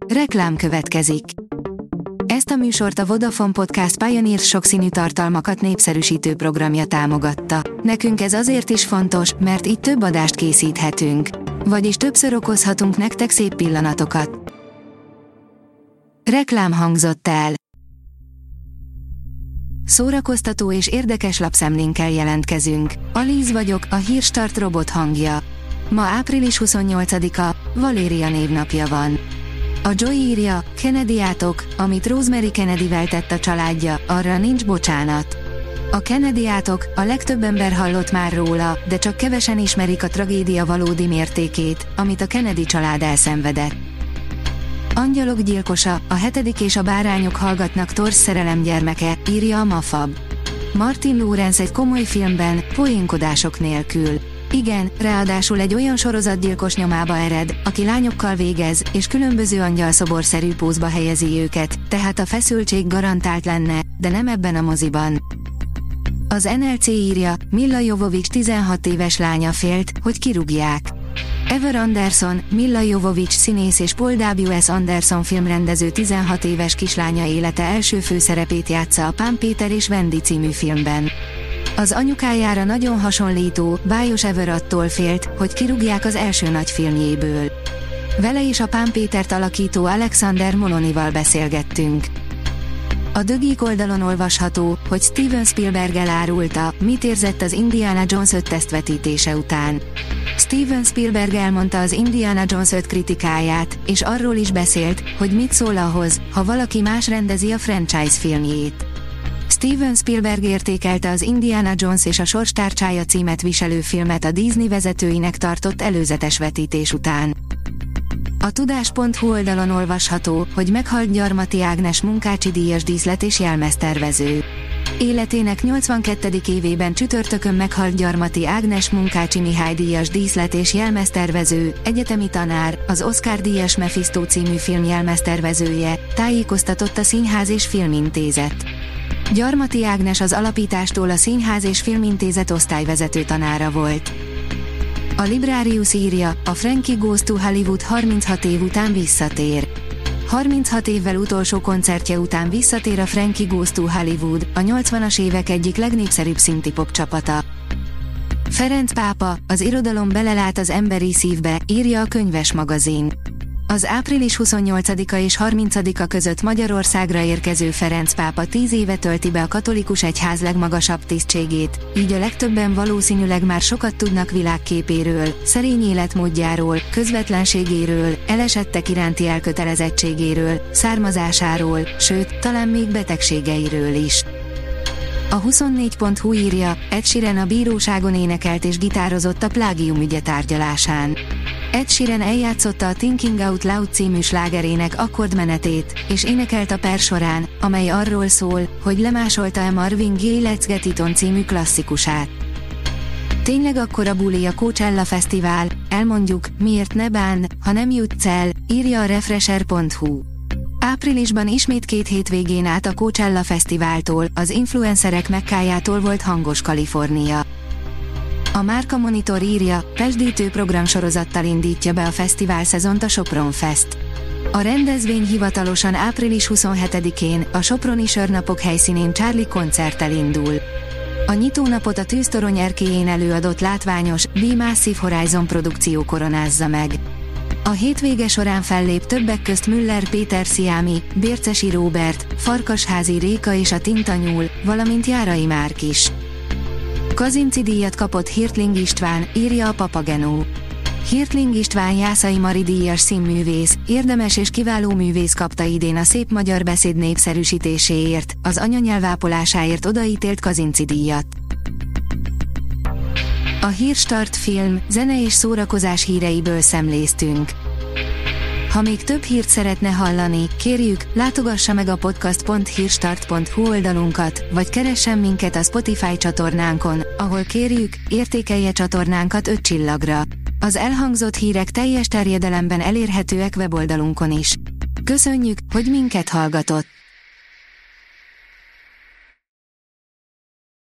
Reklám következik. Ezt a műsort a Vodafone Podcast Pioneer sokszínű tartalmakat népszerűsítő programja támogatta. Nekünk ez azért is fontos, mert így több adást készíthetünk. Vagyis többször okozhatunk nektek szép pillanatokat. Reklám hangzott el. Szórakoztató és érdekes lapszemlénkkel jelentkezünk. Alíz vagyok, a Hírstart robot hangja. Ma április 28-a, Valéria névnapja van. A Joy írja, Kennedy-átok, amit Rosemary Kennedy-vel tett a családja, arra nincs bocsánat. A Kennedy-átok, a legtöbb ember hallott már róla, de csak kevesen ismerik a tragédia valódi mértékét, amit a Kennedy család elszenvedett. Angyalok gyilkosa, a hetedik és a bárányok hallgatnak Thors szerelem gyermeke, írja a Mafab. Martin Lawrence egy komoly filmben, poénkodások nélkül. Igen, ráadásul egy olyan sorozatgyilkos nyomába ered, aki lányokkal végez, és különböző angyalszoborszerű pózba helyezi őket, tehát a feszültség garantált lenne, de nem ebben a moziban. Az NLC írja, Milla Jovovich 16 éves lánya félt, hogy kirúgják. Ever Anderson, Milla Jovovich színész és Paul W.S. Anderson filmrendező 16 éves kislánya élete első főszerepét játsza a Pán Péter és Wendy című filmben. Az anyukájára nagyon hasonlító, bájos Ever attól félt, hogy kirúgják az első nagy filmjéből. Vele is a Pán Pétert alakító Alexander Molonival beszélgettünk. A The Geek oldalon olvasható, hogy Steven Spielberg elárulta, mit érzett az Indiana Jones 5 tesztvetítése után. Steven Spielberg elmondta az Indiana Jones 5 kritikáját, és arról is beszélt, hogy mit szól ahhoz, ha valaki más rendezi a franchise filmjét. Steven Spielberg értékelte az Indiana Jones és a Sorstárcsája címet viselő filmet a Disney vezetőinek tartott előzetes vetítés után. A tudás.hu oldalon olvasható, hogy meghalt Gyarmati Ágnes Munkácsi díjas díszlet és jelmeztervező. Életének 82. évében csütörtökön meghalt Gyarmati Ágnes Munkácsi Mihály díjas díszlet és jelmeztervező, egyetemi tanár, az Oscar-díjas Mephisto című film jelmeztervezője, tájékoztatott a Színház és Filmintézet. Gyarmati Ágnes az alapítástól a Színház és Filmintézet osztályvezető tanára volt. A Librarius írja, a Frankie Goes to Hollywood 36 év után visszatér. 36 évvel utolsó koncertje után visszatér a Frankie Goes to Hollywood, a 80-as évek egyik legnépszerűbb szintipop csapata. Ferenc pápa, az irodalom belelát az emberi szívbe, írja a Könyves magazin. Az április 28-a és 30-a között Magyarországra érkező Ferenc pápa 10 éve tölti be a katolikus egyház legmagasabb tisztségét, így a legtöbben valószínűleg már sokat tudnak világképéről, szerény életmódjáról, közvetlenségéről, elesettek iránti elkötelezettségéről, származásáról, sőt, talán még betegségeiről is. A 24.hu írja, Ed Sheeran a bíróságon énekelt és gitározott a plágium ügye tárgyalásán. Ed Sheeran eljátszotta a Thinking Out Loud című slágerének akkordmenetét, és énekelt a per során, amely arról szól, hogy lemásolta-e Marvin Gaye Let's Get It On című klasszikusát. Tényleg akkora buli a Coachella Fesztivál, elmondjuk, miért ne bán, ha nem jutsz el, írja a Refresher.hu. Áprilisban ismét 2 hétvégén át a Coachella Fesztiváltól, az influencerek Mekkájától volt hangos Kalifornia. A Márka Monitor írja, pesdítő programsorozattal indítja be a fesztivál szezont a Sopron Fest. A rendezvény hivatalosan április 27-én, a soproni sörnapok helyszínén Charlie koncerttel indul. A nyitónapot a Tűztorony erkélyén előadott látványos, The Massive Horizon produkció koronázza meg. A hétvége során fellép többek közt Müller Péter Sziámi, Bércesi Róbert, Farkasházi Réka és a Tintanyúl, valamint Járai Márk is. Kazinczy díjat kapott Hirtling István, írja a Papagenó. Hirtling István Jászai Mari díjas színművész, érdemes és kiváló művész kapta idén a szép magyar beszéd népszerűsítéséért, az anyanyelv ápolásáért odaítélt Kazinczy díjat. A Hírstart film, zene és szórakozás híreiből szemléztünk. Ha még több hírt szeretne hallani, kérjük, látogassa meg a podcast.hírstart.hu oldalunkat, vagy keressen minket a Spotify csatornánkon, ahol kérjük, értékelje csatornánkat 5 csillagra. Az elhangzott hírek teljes terjedelemben elérhetőek weboldalunkon is. Köszönjük, hogy minket hallgatott!